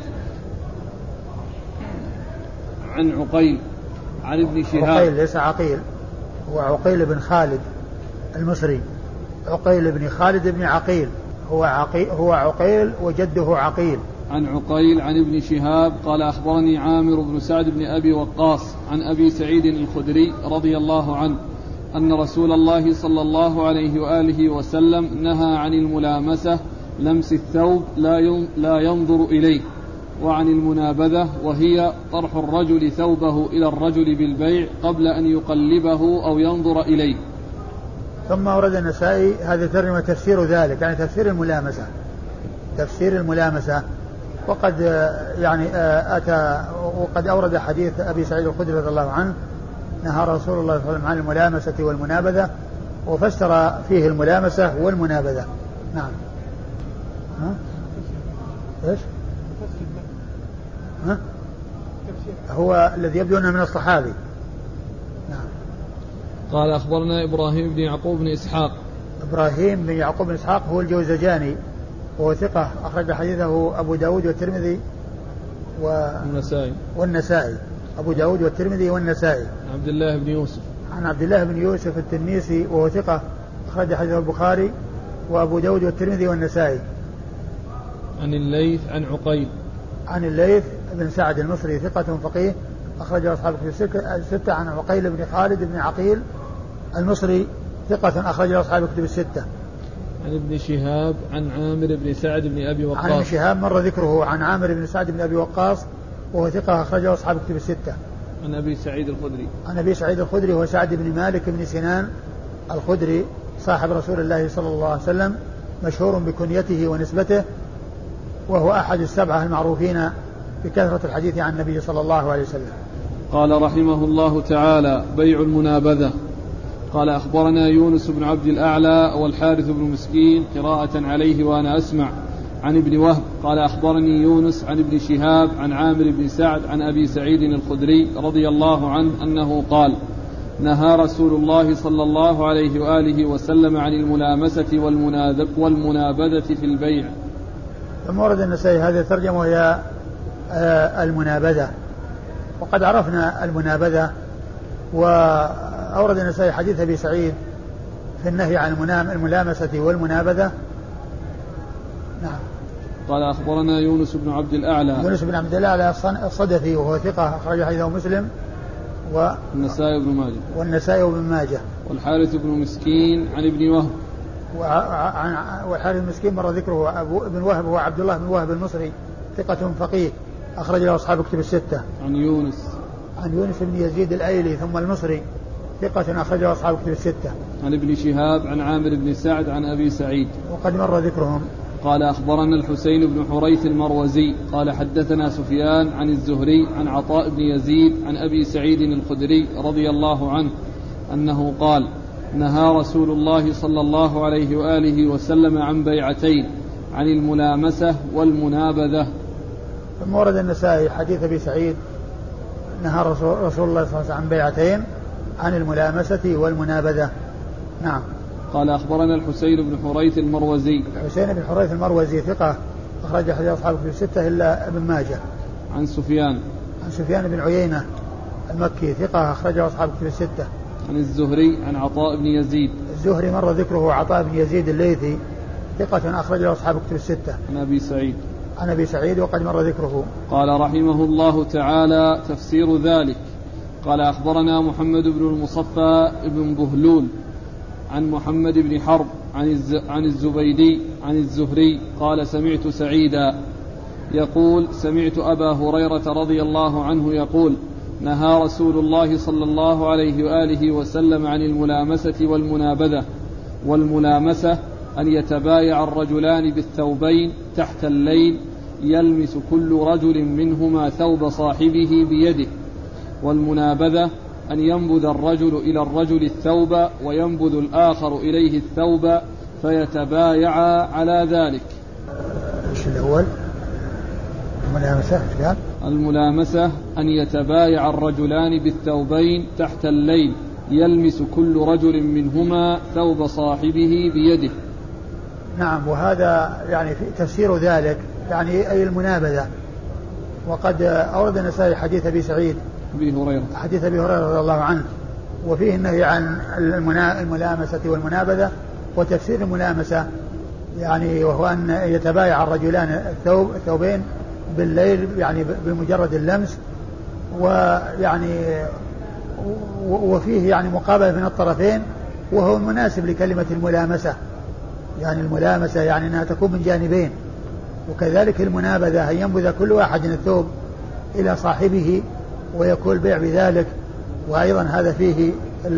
عن عقيل عن ابن شهاب. عقيل ليس عقيل، هو عقيل بن خالد المصري، عقيل بن خالد بن عقيل، هو عقيل هو عقيل وجده عقيل. عن عقيل عن ابن شهاب قال أخبرني عامر بن سعد بن أبي وقاص عن أبي سعيد الخدري رضي الله عنه أن رسول الله صلى الله عليه وآله وسلم نهى عن الملامسة لمس الثوب لا ينظر إليه، وعن المنابذة وهي طرح الرجل ثوبه إلى الرجل بالبيع قبل أن يقلبه أو ينظر إليه. ثم ورد النسائي هذا ترجمة تفسير ذلك، يعني تفسير الملامسة، تفسير الملامسة. وقد يعني أتى وقد أورد حديث أبي سعيد الخدري رضي الله عنه نهى رسول الله صلى الله عليه وسلم عن الملامسة والمنابذة، وفسر فيه الملامسة والمنابذة. نعم. ها؟ إيش؟ ها؟ هو الذي يبدو أنه من الصحابي. نعم. قال أخبرنا إبراهيم بن يعقوب بن إسحاق. إبراهيم بن يعقوب بن إسحاق هو الجوزجاني وهو ثقة أخرج حديثه أبو داود والترمذي والنسائي. والنسائي أبو داود والترمذي والنسائي. عبد الله بن يوسف. عن عبد الله بن يوسف التنيسي وهو ثقة أخرج حديثه البخاري وأبو داود والترمذي والنسائي. عن الليث عن عقيل. عن الليث بن سعد المصري ثقة فقيه أخرج أصحاب الكتب الستة. عن عقيل بن خالد بن عقيل المصري ثقة أخرج أصحاب الكتب الستة. عن ابن شهاب عن عامر بن سعد بن أبي وقاص. عن ابن شهاب مر ذكره. عن عامر بن سعد بن أبي وقاص وهو ثقة أخرجه أصحاب الكتب الستة. عن أبي سعيد الخدري. عن أبي سعيد الخدري هو سعد بن مالك بن سنان الخدري صاحب رسول الله صلى الله عليه وسلم، مشهور بكنيته ونسبته، وهو أحد السبعة المعروفين بكثرة الحديث عن النبي صلى الله عليه وسلم. قال رحمه الله تعالى: بيع المنابذة. قال أخبرنا يونس بن عبد الأعلى والحارث بن مسكين قراءة عليه وأنا أسمع عن ابن وهب قال أخبرني يونس عن ابن شهاب عن عامر بن سعد عن أبي سعيد الخدري رضي الله عنه أنه قال: نهى رسول الله صلى الله عليه وآله وسلم عن الملامسة والمنابذة في البيع. ثم ورد النسائي هذه الترجمة وهي المنابذة، وقد عرفنا المنابذة. وأورد النسائي حديث أبي سعيد في النهي عن الملامسة والمنابذة. نعم. قال أخبرنا يونس بن عبد الأعلى. يونس بن عبد الأعلى الصدفي وهو ثقة أخرج حديثه مسلم والنسائي بن ماجه. والنسائي بن ماجه. والحارث بن مسكين عن ابن وهب. والحارث المسكين مر ذكره. أبو ابن وهب هو عبد الله بن وهب المصري ثقة فقيه أخرج له أصحاب كتب الستة. عن يونس. عن يونس بن يزيد الأيلي ثم المصري ثقة أخرجه أصحاب كتب الستة. عن ابن شهاب عن عامر بن سعد عن أبي سعيد وقد مر ذكرهم. قال أخبرنا الحسين بن حريث المروزي قال حدثنا سفيان عن الزهري عن عطاء بن يزيد عن أبي سعيد الخدري رضي الله عنه أنه قال: نهى رسول الله صلى الله عليه وآله وسلم عن بيعتين، عن الملامسة والمنابذة. ثم ورد النسائي حديث أبي سعيد نهى رسول الله صلى الله عليه وسلم عن بيعتين، عن الملامسة والمنابذة. نعم. قال أخبرنا الحسين بن حريث المروزي. الحسين بن حريث المروزي ثقة أخرج حديث أصحاب في الستة إلا ابن ماجه. عن سفيان. عن سفيان بن عيينة المكي ثقة أخرجه أصحاب في الستة. عن الزهري عن عطاء بن يزيد. الزهري مر ذكره. عطاء بن يزيد الليثي ثقة أخرج له أصحاب كتب الستة. عن أبي سعيد. عن أبي سعيد وقد مر ذكره. قال رحمه الله تعالى: تفسير ذلك. قال أخبرنا محمد بن المصفى بن بهلول عن محمد بن حرب عن, الز... عن الزبيدي عن الزهري قال: سمعت سعيدا يقول: سمعت أبا هريرة رضي الله عنه يقول: نهى رسول الله صلى الله عليه وآله وسلم عن الملامسة والمنابذة. والملامسة أن يتبايع الرجلان بالثوبين تحت الليل يلمس كل رجل منهما ثوب صاحبه بيده. والمنابذة أن ينبذ الرجل إلى الرجل الثوب وينبذ الآخر إليه الثوب فيتبايعا على ذلك. ايش الأول؟ الملامسة قال؟ الملامسة أن يتبايع الرجلان بالثوبين تحت الليل يلمس كل رجل منهما ثوب صاحبه بيده. نعم. وهذا يعني في تفسير ذلك يعني أي المنابذة. وقد أورد النسائي حديث أبي سعيد أبي هريرة حديث أبي هريرة رضي الله عنه وفيه النهي عن الملامسة والمنابذة. وتفسير الملامسة يعني وهو أن يتبايع الرجلان الثوب الثوبين بالليل يعني بمجرد اللمس. ويعني وفيه يعني مقابلة من الطرفين وهو مناسب لكلمة الملامسة. يعني الملامسة يعني أنها تكون من جانبين. وكذلك المنابذة أن ينبذ كل واحد الثوب إلى صاحبه ويكون البيع بذلك. وأيضا هذا فيه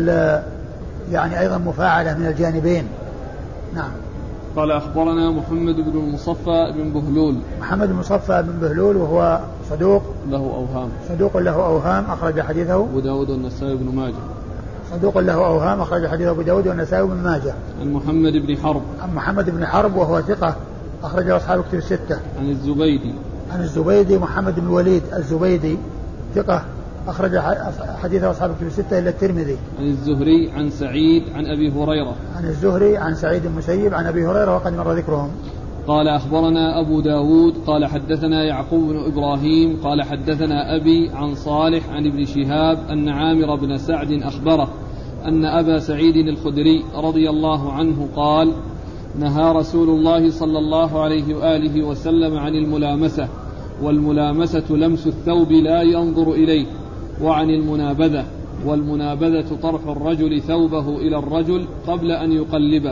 يعني أيضا مفاعلة من الجانبين. نعم. قال أخبرنا محمد بن المصفى بن بهلول. محمد بن المصفى بن بهلول وهو صدوق له أوهام صدوق له أوهام أخرج حديثه أبو داود والنسائي بن ماجه. صدوق له أوهام أخرج حديثه أبو داود والنسائي بن ماجه. عن محمد بن حرب. عن محمد بن حرب وهو ثقة أخرج له أصحاب كتب الستة. عن الزبيدي. عن الزبيدي محمد بن الوليد الزبيدي ثقة أخرج حديثه أصحاب كتب الستة إلا الترمذي. عن الزهري عن سعيد عن أبي هريرة. عن الزهري عن سعيد المسيب عن أبي هريرة وقد مر ذكرهم. قال أخبرنا أبو داود قال حدثنا يعقوب بن إبراهيم قال حدثنا أبي عن صالح عن ابن شهاب أن عامر بن سعد أخبره أن أبا سعيد الخدري رضي الله عنه قال: نهى رسول الله صلى الله عليه وآله وسلم عن الملامسة. والملامسة لمس الثوب لا ينظر إليه. وعن المنابذة. والمنابذة طرح الرجل ثوبه إلى الرجل قبل أن يقلبه.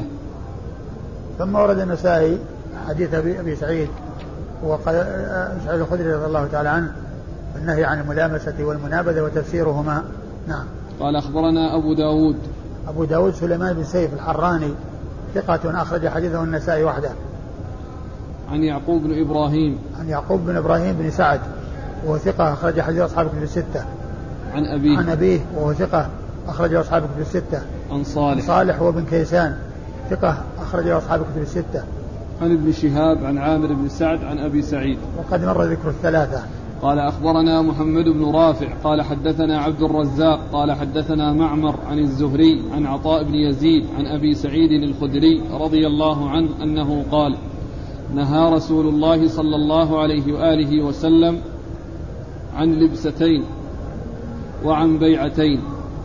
ثم ورد النسائي حديث أبي سعيد وقال سعيد الخدري رضي الله تعالى عنه النهي عن الملامسة والمنابذة وتفسيرهما. نعم. قال أخبرنا أبو داود. أبو داود سليمان بن سيف الحراني ثقة أخرج حديثه النسائي وحده. عن يعقوب بن إبراهيم. عن يعقوب بن إبراهيم بن سعد وهو ثقة أخرج حديث أصحاب كتب الستة. عن أبيه. عن أبيه وهو ثقة أخرج أصحاب كتب الستة. عن صالح. عن صالح وابن كيسان ثقة أخرج أصحاب كتب الستة. عن ابن شهاب عن عامر بن سعد عن أبي سعيد وقد مر ذكر الثلاثة. قال أخبرنا محمد بن رافع قال حدثنا عبد الرزاق قال حدثنا معمر عن الزهري عن عطاء بن يزيد عن أبي سعيد الخدري رضي الله عنه أنه قال: نهى رسول الله صلى الله عليه وآله وسلم عن لبستين وعن بيعتين.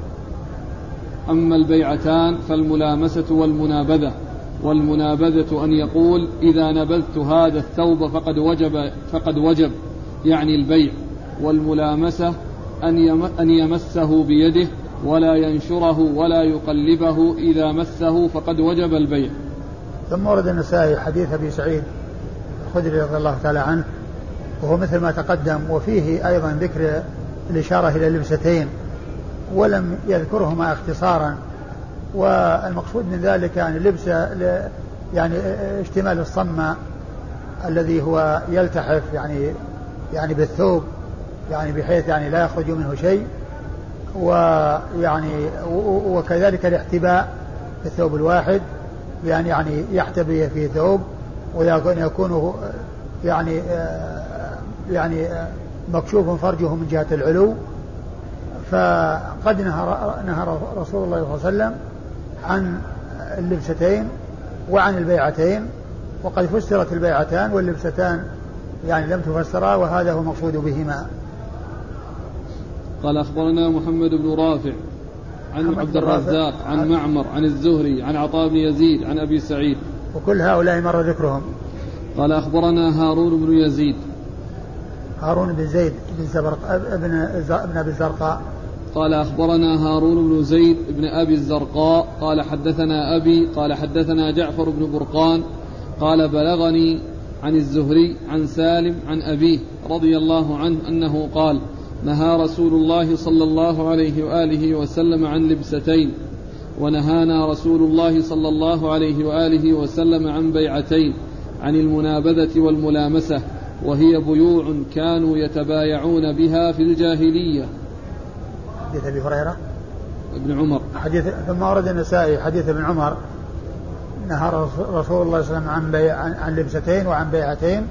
أما البيعتان فالملامسة والمنابذة. والمنابذة أن يقول: إذا نبذت هذا الثوب فقد وجب فقد وجب يعني البيع. والملامسة أن يمسه بيده ولا ينشره ولا يقلبه، إذا مسه فقد وجب البيع. ثم ورد النسائي حديث أبي سعيد الخدري رضي الله تعالى عنه وهو مثل ما تقدم وفيه أيضا ذكر الإشارة إلى اللبستين ولم يذكرهما اختصارا. والمقصود من ذلك يعني لبس يعني اشتمال الصمة الذي هو يلتحف يعني يعني بالثوب يعني بحيث يعني لا يخرج منه شيء. ويعني وكذلك الاحتباء بالثوب الواحد يعني يعني يحتبي في ثوب ويكون يعني يعني مكشوف فرجه من جهة العلو. فقد نهى نهى رسول الله صلى الله عليه وسلم عن اللبستين وعن البيعتين. وقد فسرت البيعتان واللبستان يعني لم تفسرا وهذا هو مقصود بهما. قال أخبرنا محمد بن رافع عن عبد الرزاق عن معمر عن الزهري عن عطاء بن يزيد عن أبي سعيد. وكل هؤلاء مر ذكرهم. قال أخبرنا هارون بن يزيد. هارون بن زيد بن زبرق ابن ابن أبي الزرقاء. قال أخبرنا هارون بن زيد بن أبي الزرقاء قال حدثنا أبي قال حدثنا جعفر بن برقان قال بلغني عن الزهري عن سالم عن أبيه رضي الله عنه أنه قال نهى رسول الله صلى الله عليه وآله وسلم عن لبستين ونهانا رسول الله صلى الله عليه وآله وسلم عن بيعتين عن المنابذة والملامسة وهي بيوع كانوا يتبايعون بها في الجاهلية. حديث أبي هريرة ابن عمر. حديث ثم ورد النسائي حديث ابن عمر نهى رسول الله صلى الله عليه وسلم عن, بيع عن لبستين وعن بيعتين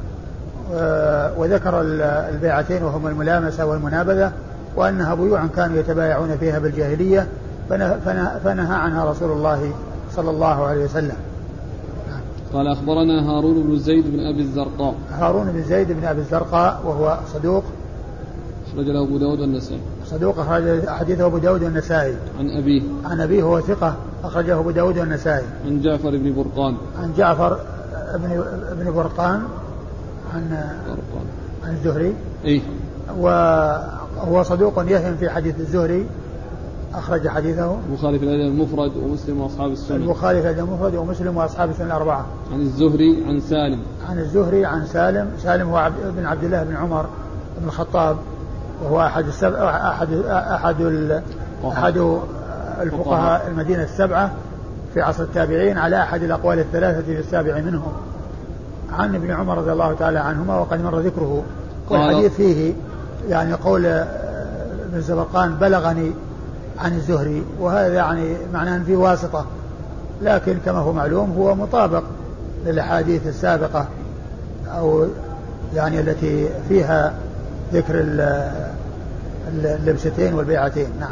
وذكر البيعتين وهما الملامسة والمنابذة وأنها بيوع كانوا يتبايعون فيها بالجاهلية فنهى عنها رسول الله صلى الله عليه وسلم. قال أخبرنا هارون بن زيد بن أبي الزرقاء. هارون بن زيد بن أبي الزرقاء وهو صدوق أخرج له أبو داود والنسائي. صدوق أخرج حديثه أبو داود والنسائي. عن أبيه. عن أبيه هو ثقة أخرجه أبو داود والنسائي. عن جعفر بن برقان. عن جعفر بن بن برقان عن برقان. عن الزهري. إيه. وهو صدوق يهم في حديث الزهري أخرج حديثه البخاري في الأدب المفرد ومسلم وأصحاب السنن. البخاري في الأدب المفرد ومسلم وأصحاب السنن الأربعة. عن الزهري عن سالم. عن الزهري عن سالم. سالم هو ابن عبد الله بن عمر بن الخطاب وهو أحد السبع أحد أحد أحد الفقهاء المدينة السبعة في عصر التابعين على أحد الأقوال الثلاثة في السابع منهم. عن ابن عمر رضي الله تعالى عنهما وقد مر ذكره. والحديث فيه يعني قول ابن زبرقان بلغني عن الزهري وهذا يعني معناه فيه واسطة لكن كما هو معلوم هو مطابق للأحاديث السابقة أو يعني التي فيها ذكر اللبستين والبيعتين. نعم.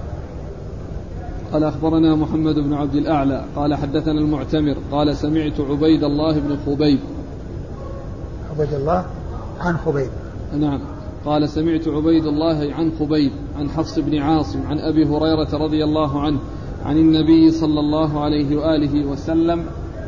قال أخبرنا محمد بن عبد الأعلى قال حدثنا المعتمر قال سمعت عبيد الله بن خبيب. عبيد الله عن خبيب. نعم. قال سمعت عبيد الله عن خبيب عن حفص بن عاصم عن أبي هريرة رضي الله عنه عن النبي صلى الله عليه وآله وسلم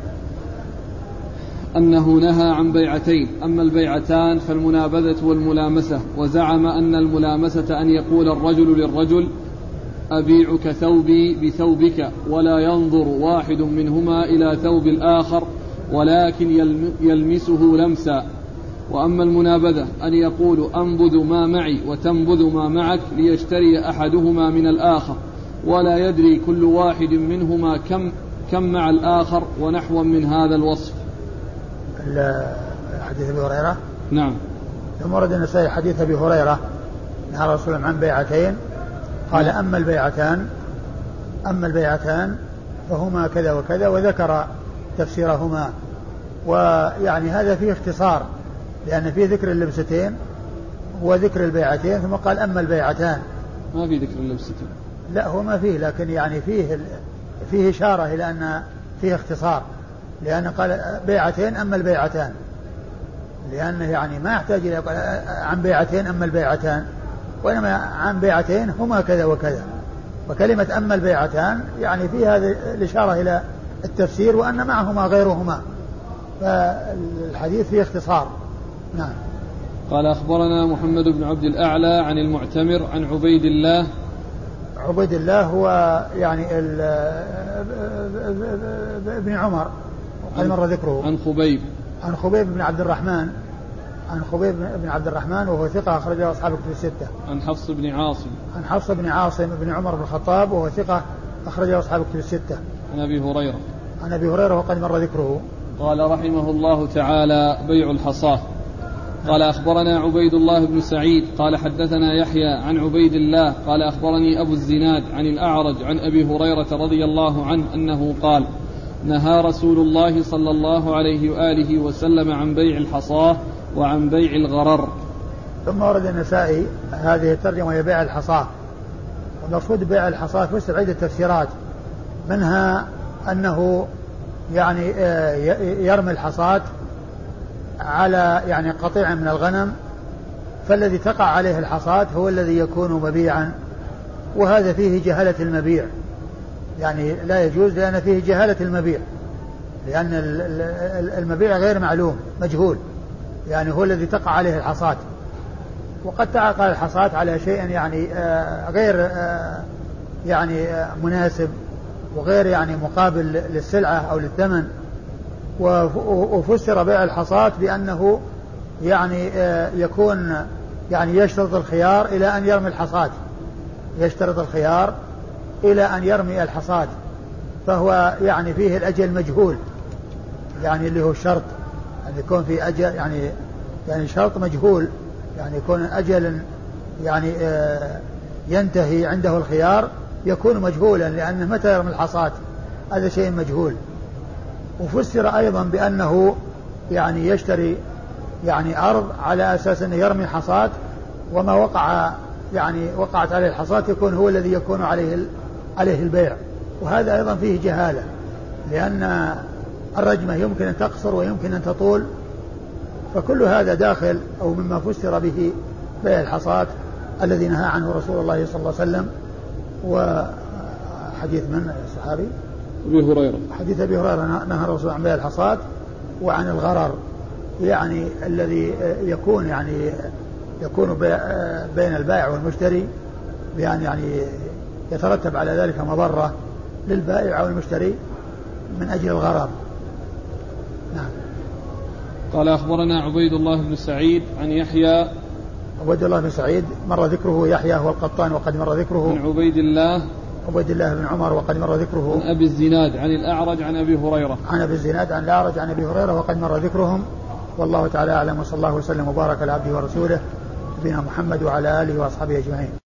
أنه نهى عن بيعتين أما البيعتان فالمنابذة والملامسة وزعم أن الملامسة أن يقول الرجل للرجل أبيعك ثوبي بثوبك ولا ينظر واحد منهما إلى ثوب الآخر ولكن يلمسه لمسا وأما المنابذة أن يقول أنبذ ما معي وتنبذ ما معك ليشتري أحدهما من الآخر ولا يدري كل واحد منهما كم, كم مع الآخر ونحو من هذا الوصف. حديث أبي هريرة. نعم. ثم ورد النسائي حديث أبي هريرة نهى رسول الله عن بيعتين قال نعم. أما البيعتان أما البيعتان فهما كذا وكذا وذكر تفسيرهما ويعني هذا فيه اختصار لأن فيه ذكر اللبستين وذكر البيعتين ثم قال أما البيعتان. ما في ذكر اللبستين. لا هو ما فيه لكن يعني فيه فيه إشارة إلى أن فيه اختصار لأن قال بيعتين أما البيعتان لأنه يعني ما يحتاج إلى عن بيعتين أما البيعتان وإنما عن بيعتين هما كذا وكذا وكلمة أما البيعتان يعني فيها الإشارة إلى التفسير وأن معهما غيرهما فالحديث فيه اختصار. نعم. قال أخبرنا محمد بن عبد الأعلى عن المعتمر عن عبيد الله. عبيد الله هو يعني ابن عمر وقد مر ذكره. عن خبيب. عن خبيب بن عبد الرحمن عن خبيب بن عبد الرحمن وهو ثقة أخرجه أصحاب الكتب الستة. عن حفص بن عاصم. عن حفص بن عاصم بن عمر بن الخطاب وهو ثقة أخرجه أصحاب الكتب الستة. عن أبي هريرة. عن أبي هريرة وقد مر ذكره. قال رحمه الله تعالى بيع الحصاة. قال أخبرنا عبيد الله بن سعيد قال حدثنا يحيى عن عبيد الله قال أخبرني أبو الزناد عن الأعرج عن أبي هريرة رضي الله عنه أنه قال نهى رسول الله صلى الله عليه وآله وسلم عن بيع الحصاة وعن بيع الغرر. ثم ورد النسائي هذه الترجمة هي بيع الحصاة. والمقصود بيع الحصاة فسر عدة تفسيرات منها أنه يعني يرمي الحصاة على يعني قطيع من الغنم فالذي تقع عليه الحصاة هو الذي يكون مبيعا وهذا فيه جهالة المبيع، يعني لا يجوز لأن فيه جهالة المبيع، لأن المبيع غير معلوم مجهول، يعني هو الذي تقع عليه الحصاة، وقد تقع الحصاة على شيء يعني غير يعني مناسب وغير يعني مقابل للسلعة أو للثمن. وفسر بيع الحصاة بأنه يعني يكون يعني يشترط الخيار إلى أن يرمي الحصاة، يشترط الخيار إلى أن يرمي الحصاة، فهو يعني فيه الأجل مجهول، يعني اللي هو الشرط يعني يكون في أجل يعني يعني شرط مجهول، يعني يكون أجل يعني ينتهي عنده الخيار يكون مجهولا، لأنه متى يرمي الحصاة هذا شيء مجهول. وفسر أيضا بأنه يعني يشتري يعني أرض على أساس أنه يرمي حصاة، وما وقع يعني وقعت عليه الحصاة يكون هو الذي يكون عليه عليه البيع، وهذا أيضا فيه جهالة، لأن الرجمة يمكن أن تقصر ويمكن أن تطول، فكل هذا داخل أو مما فسر به بيع الحصاة الذي نهى عنه رسول الله صلى الله عليه وسلم. وحديث من الصحابي؟ أبي هريرة. حديث أبي هريرة نهى الرسول عن بيع الحصاة وعن الغرر، يعني الذي يكون يعني يكون بين البائع والمشتري، بأن يعني يترتب على ذلك مضرة للبائع أو المشتري من أجل الغرر. نعم. قال أخبرنا عبيد الله بن سعيد عن يحيى. عبيد الله بن سعيد مر ذكره، يحيى هو القطان وقد مر ذكره. عن عبيد الله عبيد الله بن عمر وقد مر ذكره. عن أبي الزناد عن الأعرج عن أبي هريرة. عن أبي الزناد عن الأعرج عن أبي هريرة وقد مر ذكرهم. والله تعالى أعلم، وصلى الله وسلم وبارك على عبده ورسوله نبينا محمد وعلى آله وأصحابه أجمعين.